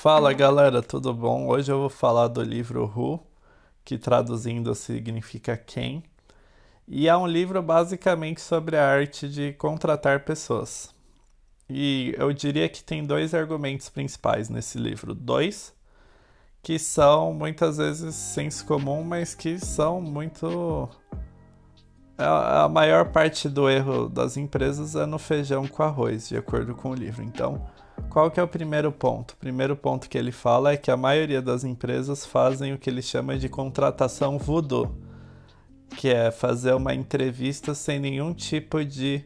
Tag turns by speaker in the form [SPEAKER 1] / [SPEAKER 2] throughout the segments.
[SPEAKER 1] Fala galera, tudo bom? Hoje eu vou falar do livro Who, que traduzindo significa quem, e é um livro basicamente sobre a arte de contratar pessoas. E eu diria que tem dois argumentos principais nesse livro, dois que são muitas vezes senso comum, mas que são muito. A maior parte do erro das empresas é no feijão com arroz, de acordo com o livro. Então, qual que é o primeiro ponto? O primeiro ponto que ele fala é que a maioria das empresas fazem o que ele chama de contratação voodoo, que é fazer uma entrevista sem nenhum tipo de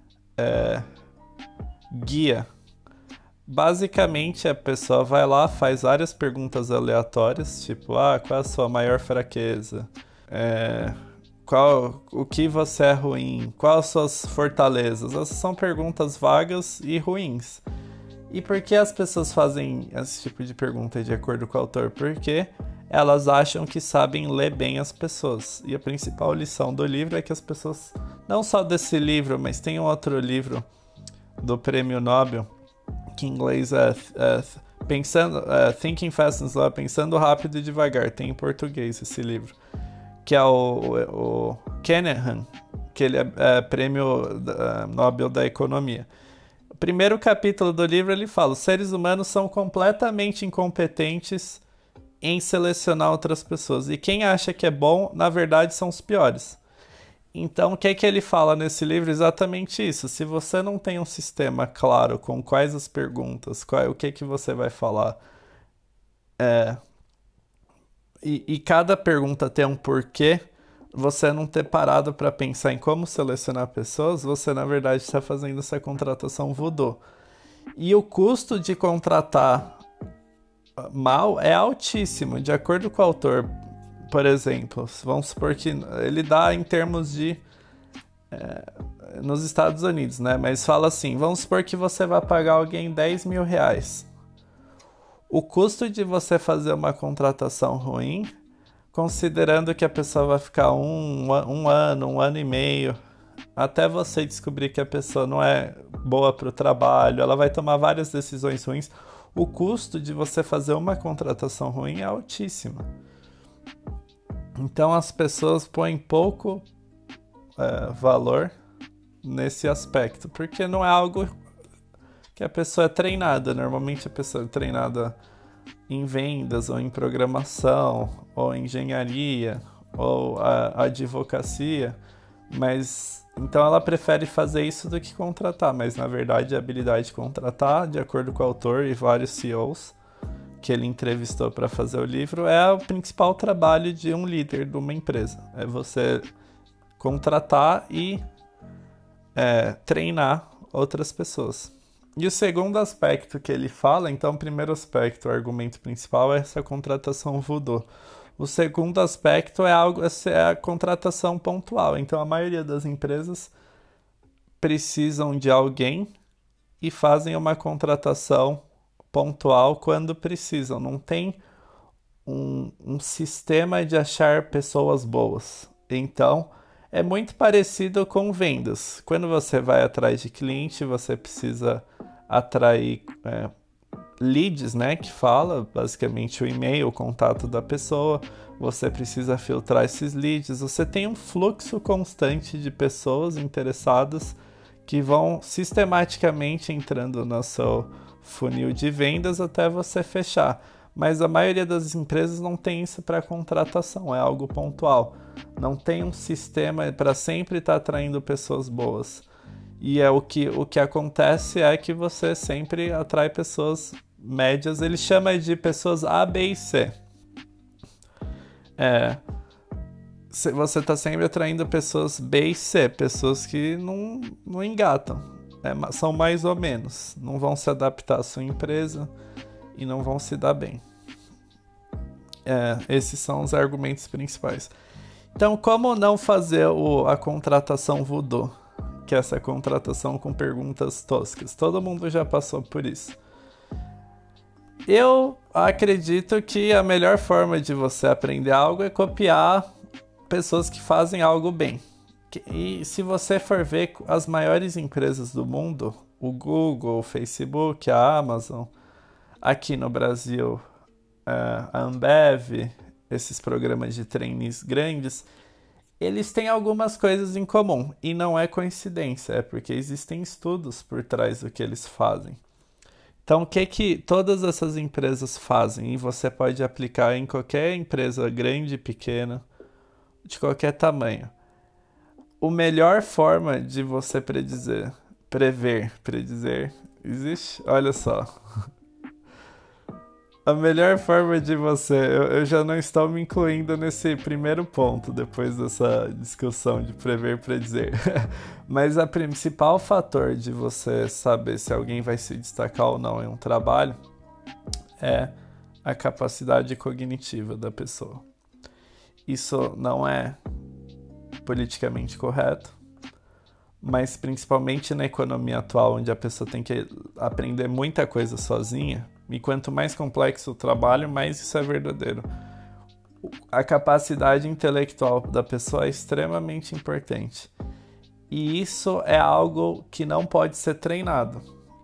[SPEAKER 1] guia. Basicamente, a pessoa vai lá, faz várias perguntas aleatórias, tipo, qual é a sua maior fraqueza? O que você é ruim? Quais as suas fortalezas? Essas são perguntas vagas e ruins. E por que as pessoas fazem esse tipo de pergunta de acordo com o autor? Porque elas acham que sabem ler bem as pessoas. E a principal lição do livro é que as pessoas, não só desse livro, mas tem um outro livro do Prêmio Nobel, que em inglês Thinking Fast and Slow, Pensando Rápido e Devagar. Tem em português esse livro. Que é o Kenneth, que ele é prêmio Nobel da Economia. O primeiro capítulo do livro ele fala: os seres humanos são completamente incompetentes em selecionar outras pessoas. E quem acha que é bom, na verdade, são os piores. Então, o que é que ele fala nesse livro? Exatamente isso. Se você não tem um sistema claro com quais as perguntas, o que é que você vai falar, e cada pergunta tem um porquê, você não ter parado para pensar em como selecionar pessoas, você na verdade está fazendo essa contratação voodoo. E o custo de contratar mal é altíssimo, de acordo com o autor. Por exemplo, vamos supor que ele dá em termos de nos Estados Unidos, né? Mas fala assim, vamos supor que você vai pagar alguém R$ 10.000. O custo de você fazer uma contratação ruim, considerando que a pessoa vai ficar um ano, um ano e meio, até você descobrir que a pessoa não é boa para o trabalho, ela vai tomar várias decisões ruins, o custo de você fazer uma contratação ruim é altíssimo. Então as pessoas põem pouco valor nesse aspecto, porque não é algo que a pessoa é treinada. Normalmente a pessoa é treinada em vendas, ou em programação, ou em engenharia, ou a advocacia, mas então ela prefere fazer isso do que contratar, mas na verdade a habilidade de contratar, de acordo com o autor e vários CEOs que ele entrevistou para fazer o livro, é o principal trabalho de um líder de uma empresa. É você contratar e treinar outras pessoas. E o segundo aspecto que ele fala, então o primeiro aspecto, o argumento principal é essa contratação voodoo. O segundo aspecto é a contratação pontual. Então a maioria das empresas precisam de alguém e fazem uma contratação pontual quando precisam. Não tem um sistema de achar pessoas boas. Então é muito parecido com vendas. Quando você vai atrás de cliente, você precisa atrair leads, né? Que fala basicamente o e-mail, o contato da pessoa. Você precisa filtrar esses leads. Você tem um fluxo constante de pessoas interessadas que vão sistematicamente entrando no seu funil de vendas até você fechar. Mas a maioria das empresas não tem isso para contratação, é algo pontual. Não tem um sistema para sempre estar atraindo pessoas boas. E o que acontece é que você sempre atrai pessoas médias, ele chama de pessoas A, B e C. Você está sempre atraindo pessoas B e C, pessoas que não engatam, são mais ou menos, não vão se adaptar à sua empresa e não vão se dar bem. Esses são os argumentos principais. Então, como não fazer a contratação voodoo? Que é essa contratação com perguntas toscas. Todo mundo já passou por isso. Eu acredito que a melhor forma de você aprender algo é copiar pessoas que fazem algo bem. E se você for ver as maiores empresas do mundo, o Google, o Facebook, a Amazon, aqui no Brasil, a Ambev, esses programas de trainees grandes, eles têm algumas coisas em comum. E não é coincidência, é porque existem estudos por trás do que eles fazem. Então, o que todas essas empresas fazem? E você pode aplicar em qualquer empresa grande, pequena, de qualquer tamanho. A melhor forma de você predizer, existe? Olha só. A melhor forma de você... Eu já não estou me incluindo nesse primeiro ponto, depois dessa discussão de prever, predizer. Mas o principal fator de você saber se alguém vai se destacar ou não em um trabalho é a capacidade cognitiva da pessoa. Isso não é politicamente correto, mas principalmente na economia atual, onde a pessoa tem que aprender muita coisa sozinha, e quanto mais complexo o trabalho, mais isso é verdadeiro. A capacidade intelectual da pessoa é extremamente importante. E isso é algo que não pode ser treinado.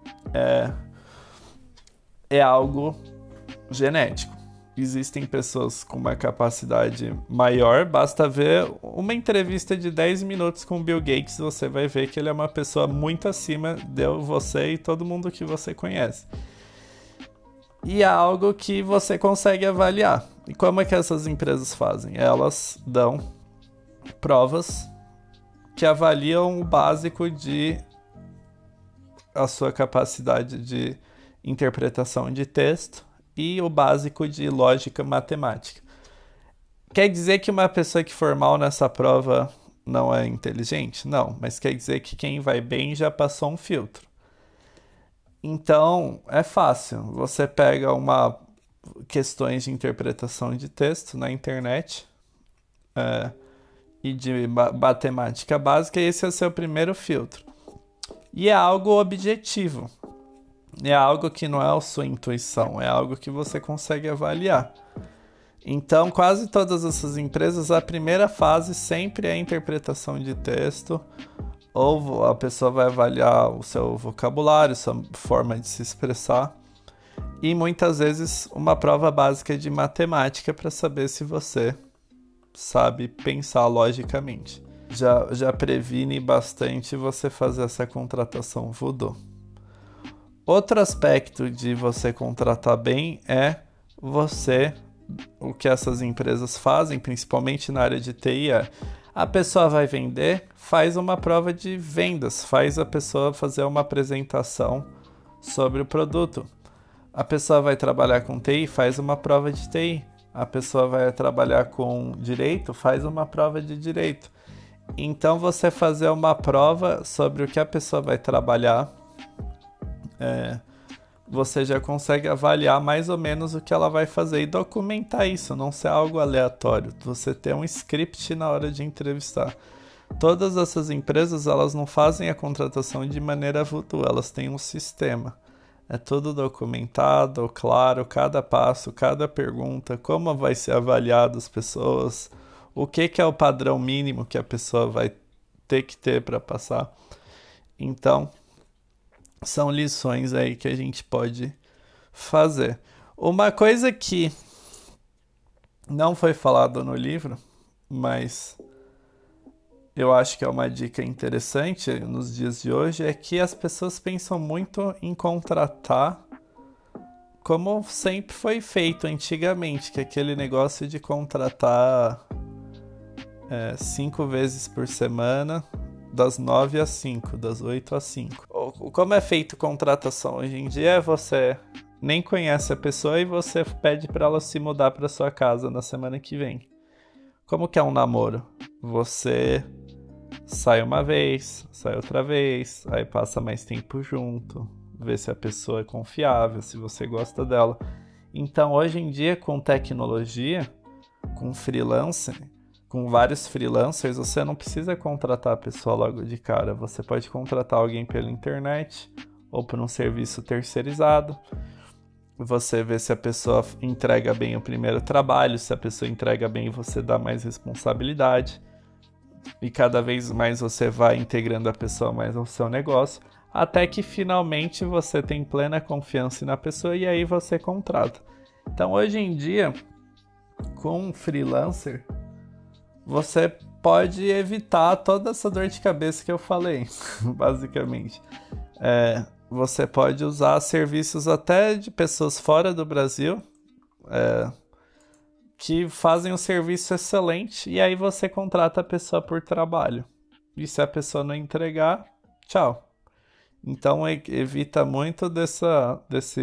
[SPEAKER 1] É algo genético. Existem pessoas com uma capacidade maior, basta ver uma entrevista de 10 minutos com o Bill Gates, você vai ver que ele é uma pessoa muito acima de você e todo mundo que você conhece. E é algo que você consegue avaliar. E como é que essas empresas fazem? Elas dão provas que avaliam o básico de a sua capacidade de interpretação de texto e o básico de lógica matemática. Quer dizer que uma pessoa que for mal nessa prova não é inteligente? Não, mas quer dizer que quem vai bem já passou um filtro. Então, é fácil. Você pega questões de interpretação de texto na internet e de matemática básica, e esse é o seu primeiro filtro. E é algo objetivo. É algo que não é a sua intuição, é algo que você consegue avaliar. Então, quase todas essas empresas, a primeira fase sempre é a interpretação de texto, ou a pessoa vai avaliar o seu vocabulário, sua forma de se expressar, e muitas vezes uma prova básica de matemática para saber se você sabe pensar logicamente. Já previne bastante você fazer essa contratação voodoo. Outro aspecto de você contratar bem é o que essas empresas fazem, principalmente na área de TI, a pessoa vai vender, faz uma prova de vendas, faz a pessoa fazer uma apresentação sobre o produto. A pessoa vai trabalhar com TI, faz uma prova de TI. A pessoa vai trabalhar com direito, faz uma prova de direito. Então, você fazer uma prova sobre o que a pessoa vai trabalhar, você já consegue avaliar mais ou menos o que ela vai fazer e documentar isso, não ser algo aleatório. Você ter um script na hora de entrevistar. Todas essas empresas, elas não fazem a contratação de maneira voodoo, elas têm um sistema. É tudo documentado, claro, cada passo, cada pergunta, como vai ser avaliado as pessoas, o que é o padrão mínimo que a pessoa vai ter que ter para passar. Então, são lições aí que a gente pode fazer. Uma coisa que não foi falado no livro, mas eu acho que é uma dica interessante nos dias de hoje, é que as pessoas pensam muito em contratar como sempre foi feito antigamente, que é aquele negócio de contratar 5 vezes por semana, das 9 às 5, das 8 às 5. Como é feito contratação hoje em dia, você nem conhece a pessoa e você pede para ela se mudar para sua casa na semana que vem. Como que é um namoro? Você sai uma vez, sai outra vez, aí passa mais tempo junto, vê se a pessoa é confiável, se você gosta dela. Então, hoje em dia, com tecnologia, com freelancer, com vários freelancers, você não precisa contratar a pessoa logo de cara. Você pode contratar alguém pela internet ou por um serviço terceirizado. Você vê se a pessoa entrega bem o primeiro trabalho, se a pessoa entrega bem, você dá mais responsabilidade. E cada vez mais você vai integrando a pessoa mais ao seu negócio, até que finalmente você tem plena confiança na pessoa e aí você contrata. Então, hoje em dia, com um freelancer, você pode evitar toda essa dor de cabeça que eu falei, basicamente. Você pode usar serviços até de pessoas fora do Brasil, que fazem um serviço excelente, e aí você contrata a pessoa por trabalho. E se a pessoa não entregar, tchau. Então evita muito dessa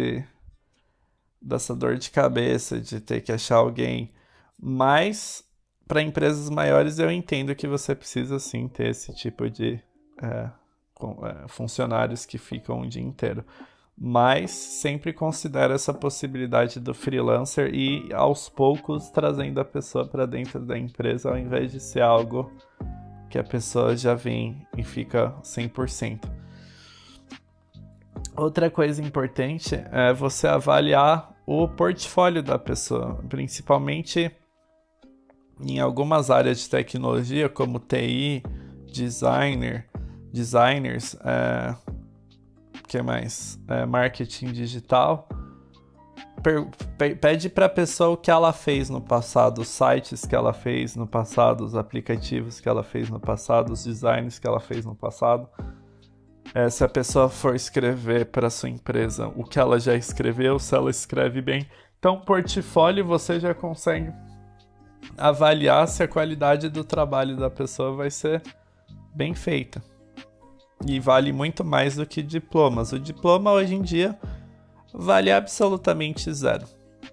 [SPEAKER 1] dor de cabeça de ter que achar alguém. Mas para empresas maiores eu entendo que você precisa sim ter esse tipo de funcionários que ficam o dia inteiro. Mas sempre considera essa possibilidade do freelancer e aos poucos trazendo a pessoa para dentro da empresa, ao invés de ser algo que a pessoa já vem e fica 100%. Outra coisa importante é você avaliar o portfólio da pessoa, principalmente em algumas áreas de tecnologia, como TI, designers, que mais? Marketing digital. Pede para a pessoa o que ela fez no passado, os sites que ela fez no passado, os aplicativos que ela fez no passado, os designs que ela fez no passado. Se a pessoa for escrever para sua empresa o que ela já escreveu, se ela escreve bem. Então, portfólio você já consegue avaliar se a qualidade do trabalho da pessoa vai ser bem feita. E vale muito mais do que diplomas. O diploma hoje em dia vale absolutamente zero.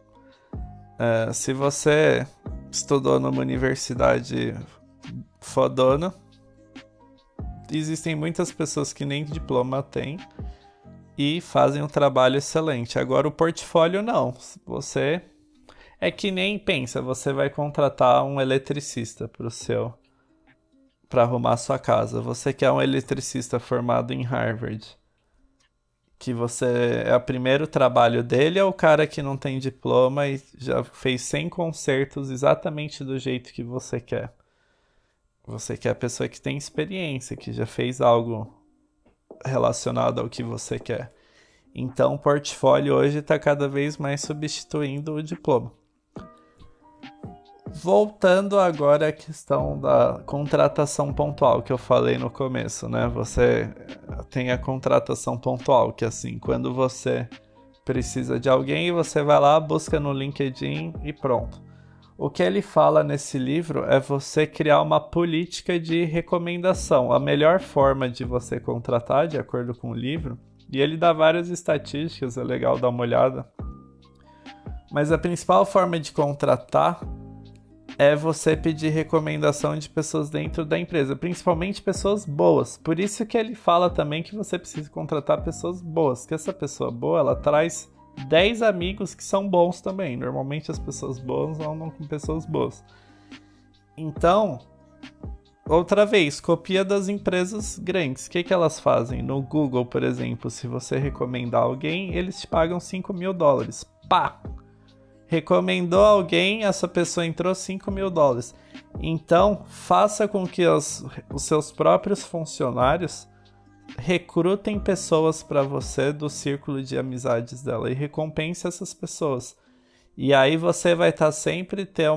[SPEAKER 1] Se você estudou numa universidade fodona, existem muitas pessoas que nem diploma têm e fazem um trabalho excelente. Agora o portfólio não. Você é que nem pensa, você vai contratar um eletricista para arrumar a sua casa. Você quer um eletricista formado em Harvard, que você é o primeiro trabalho dele, é o cara que não tem diploma e já fez 100 concertos exatamente do jeito que você quer. Você quer a pessoa que tem experiência, que já fez algo relacionado ao que você quer. Então, o portfólio hoje está cada vez mais substituindo o diploma. Voltando agora à questão da contratação pontual que eu falei no começo, né? Você tem a contratação pontual, que é assim, quando você precisa de alguém, você vai lá, busca no LinkedIn e pronto. O que ele fala nesse livro é você criar uma política de recomendação. A melhor forma de você contratar, de acordo com o livro, e ele dá várias estatísticas, é legal dar uma olhada. Mas a principal forma de contratar é você pedir recomendação de pessoas dentro da empresa, principalmente pessoas boas. Por isso que ele fala também que você precisa contratar pessoas boas, que essa pessoa boa, ela traz 10 amigos que são bons também. Normalmente as pessoas boas andam com pessoas boas. Então, outra vez, copia das empresas grandes. O que elas fazem? No Google, por exemplo, se você recomendar alguém, eles te pagam $5.000. Pá! Recomendou alguém, essa pessoa entrou $5.000. Então, faça com que os seus próprios funcionários recrutem pessoas para você do círculo de amizades dela e recompense essas pessoas. E aí você vai estar sempre ter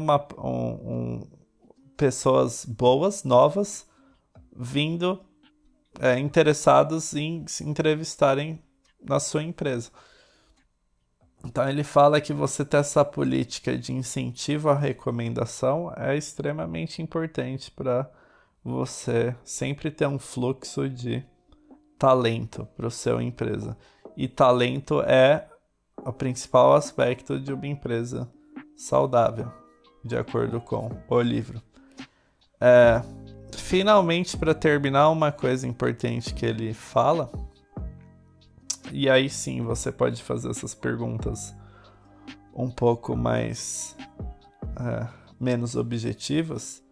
[SPEAKER 1] pessoas boas, novas, vindo interessados em se entrevistarem na sua empresa. Então ele fala que você ter essa política de incentivo à recomendação é extremamente importante para você sempre ter um fluxo de talento para a sua empresa. E talento é o principal aspecto de uma empresa saudável, de acordo com o livro. Finalmente, para terminar, uma coisa importante que ele fala, e aí sim você pode fazer essas perguntas um pouco mais menos objetivas,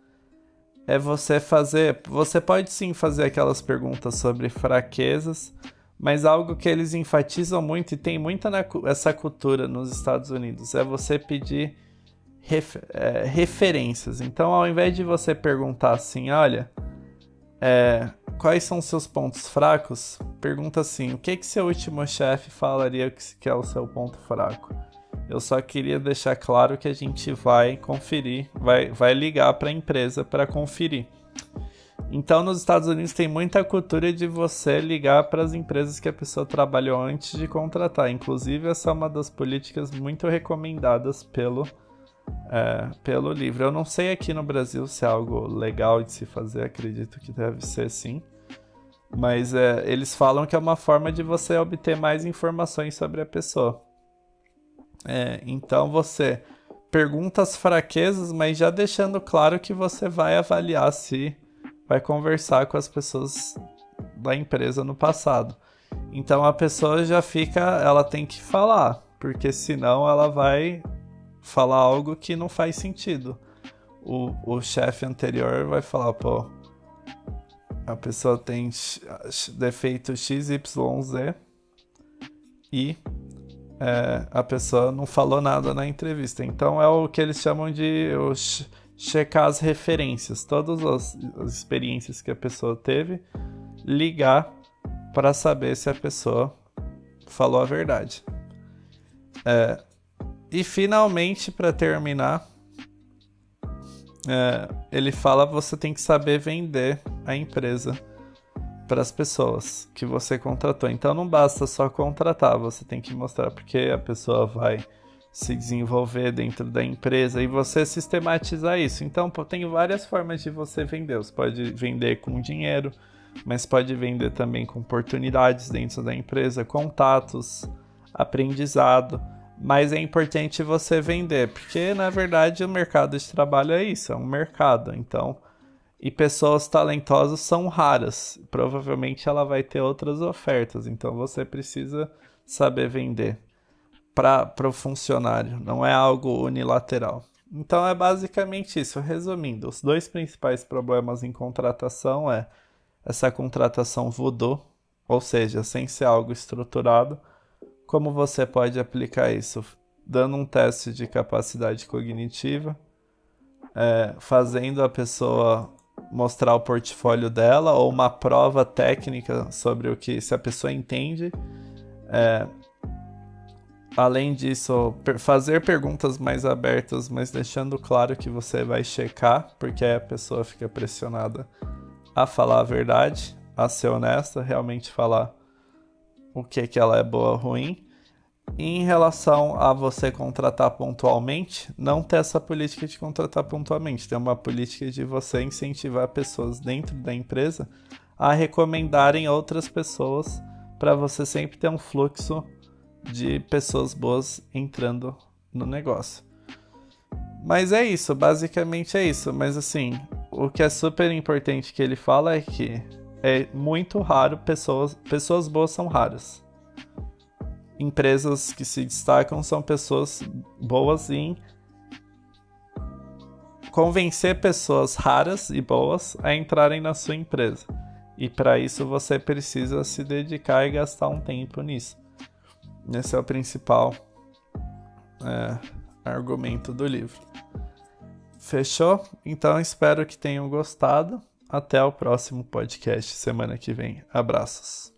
[SPEAKER 1] você pode sim fazer aquelas perguntas sobre fraquezas, mas algo que eles enfatizam muito e tem muita essa cultura nos Estados Unidos é você pedir referências. Então, ao invés de você perguntar assim, olha, quais são os seus pontos fracos, pergunta assim: o que seu último chefe falaria que é o seu ponto fraco? Eu só queria deixar claro que a gente vai conferir, vai ligar para a empresa para conferir. Então, nos Estados Unidos tem muita cultura de você ligar para as empresas que a pessoa trabalhou antes de contratar. Inclusive, essa é uma das políticas muito recomendadas pelo livro. Eu não sei aqui no Brasil se é algo legal de se fazer, acredito que deve ser sim. Mas eles falam que é uma forma de você obter mais informações sobre a pessoa. Então você pergunta as fraquezas, mas já deixando claro que você vai avaliar se vai conversar com as pessoas da empresa no passado. Então a pessoa ela tem que falar, porque senão ela vai falar algo que não faz sentido. O chefe anterior vai falar, pô, a pessoa tem defeito XYZ e a pessoa não falou nada na entrevista. Então é o que eles chamam de checar as referências, todas as experiências que a pessoa teve, ligar para saber se a pessoa falou a verdade. E finalmente, para terminar, ele fala que você tem que saber vender a empresa para as pessoas que você contratou. Então não basta só contratar, você tem que mostrar porque a pessoa vai se desenvolver dentro da empresa e você sistematizar isso. Então tem várias formas de você vender. Você pode vender com dinheiro, mas pode vender também com oportunidades dentro da empresa, contatos, aprendizado. Mas é importante você vender, porque na verdade o mercado de trabalho é isso, é um mercado. Então, e pessoas talentosas são raras. Provavelmente ela vai ter outras ofertas. Então você precisa saber vender para o funcionário. Não é algo unilateral. Então é basicamente isso. Resumindo, os dois principais problemas em contratação é essa contratação voodoo, ou seja, sem ser algo estruturado. Como você pode aplicar isso? Dando um teste de capacidade cognitiva, fazendo a pessoa mostrar o portfólio dela ou uma prova técnica sobre se a pessoa entende. Além disso, fazer perguntas mais abertas, mas deixando claro que você vai checar, porque aí a pessoa fica pressionada a falar a verdade, a ser honesta, realmente falar o que ela é boa ou ruim. E em relação a você contratar pontualmente, não ter essa política de contratar pontualmente. Tem uma política de você incentivar pessoas dentro da empresa a recomendarem outras pessoas para você sempre ter um fluxo de pessoas boas entrando no negócio. Mas é isso, basicamente é isso. Mas assim, o que é super importante que ele fala é que é muito raro, pessoas boas são raras. Empresas que se destacam são pessoas boas em convencer pessoas raras e boas a entrarem na sua empresa. E para isso você precisa se dedicar e gastar um tempo nisso. Esse é o principal argumento do livro. Fechou? Então espero que tenham gostado. Até o próximo podcast semana que vem. Abraços.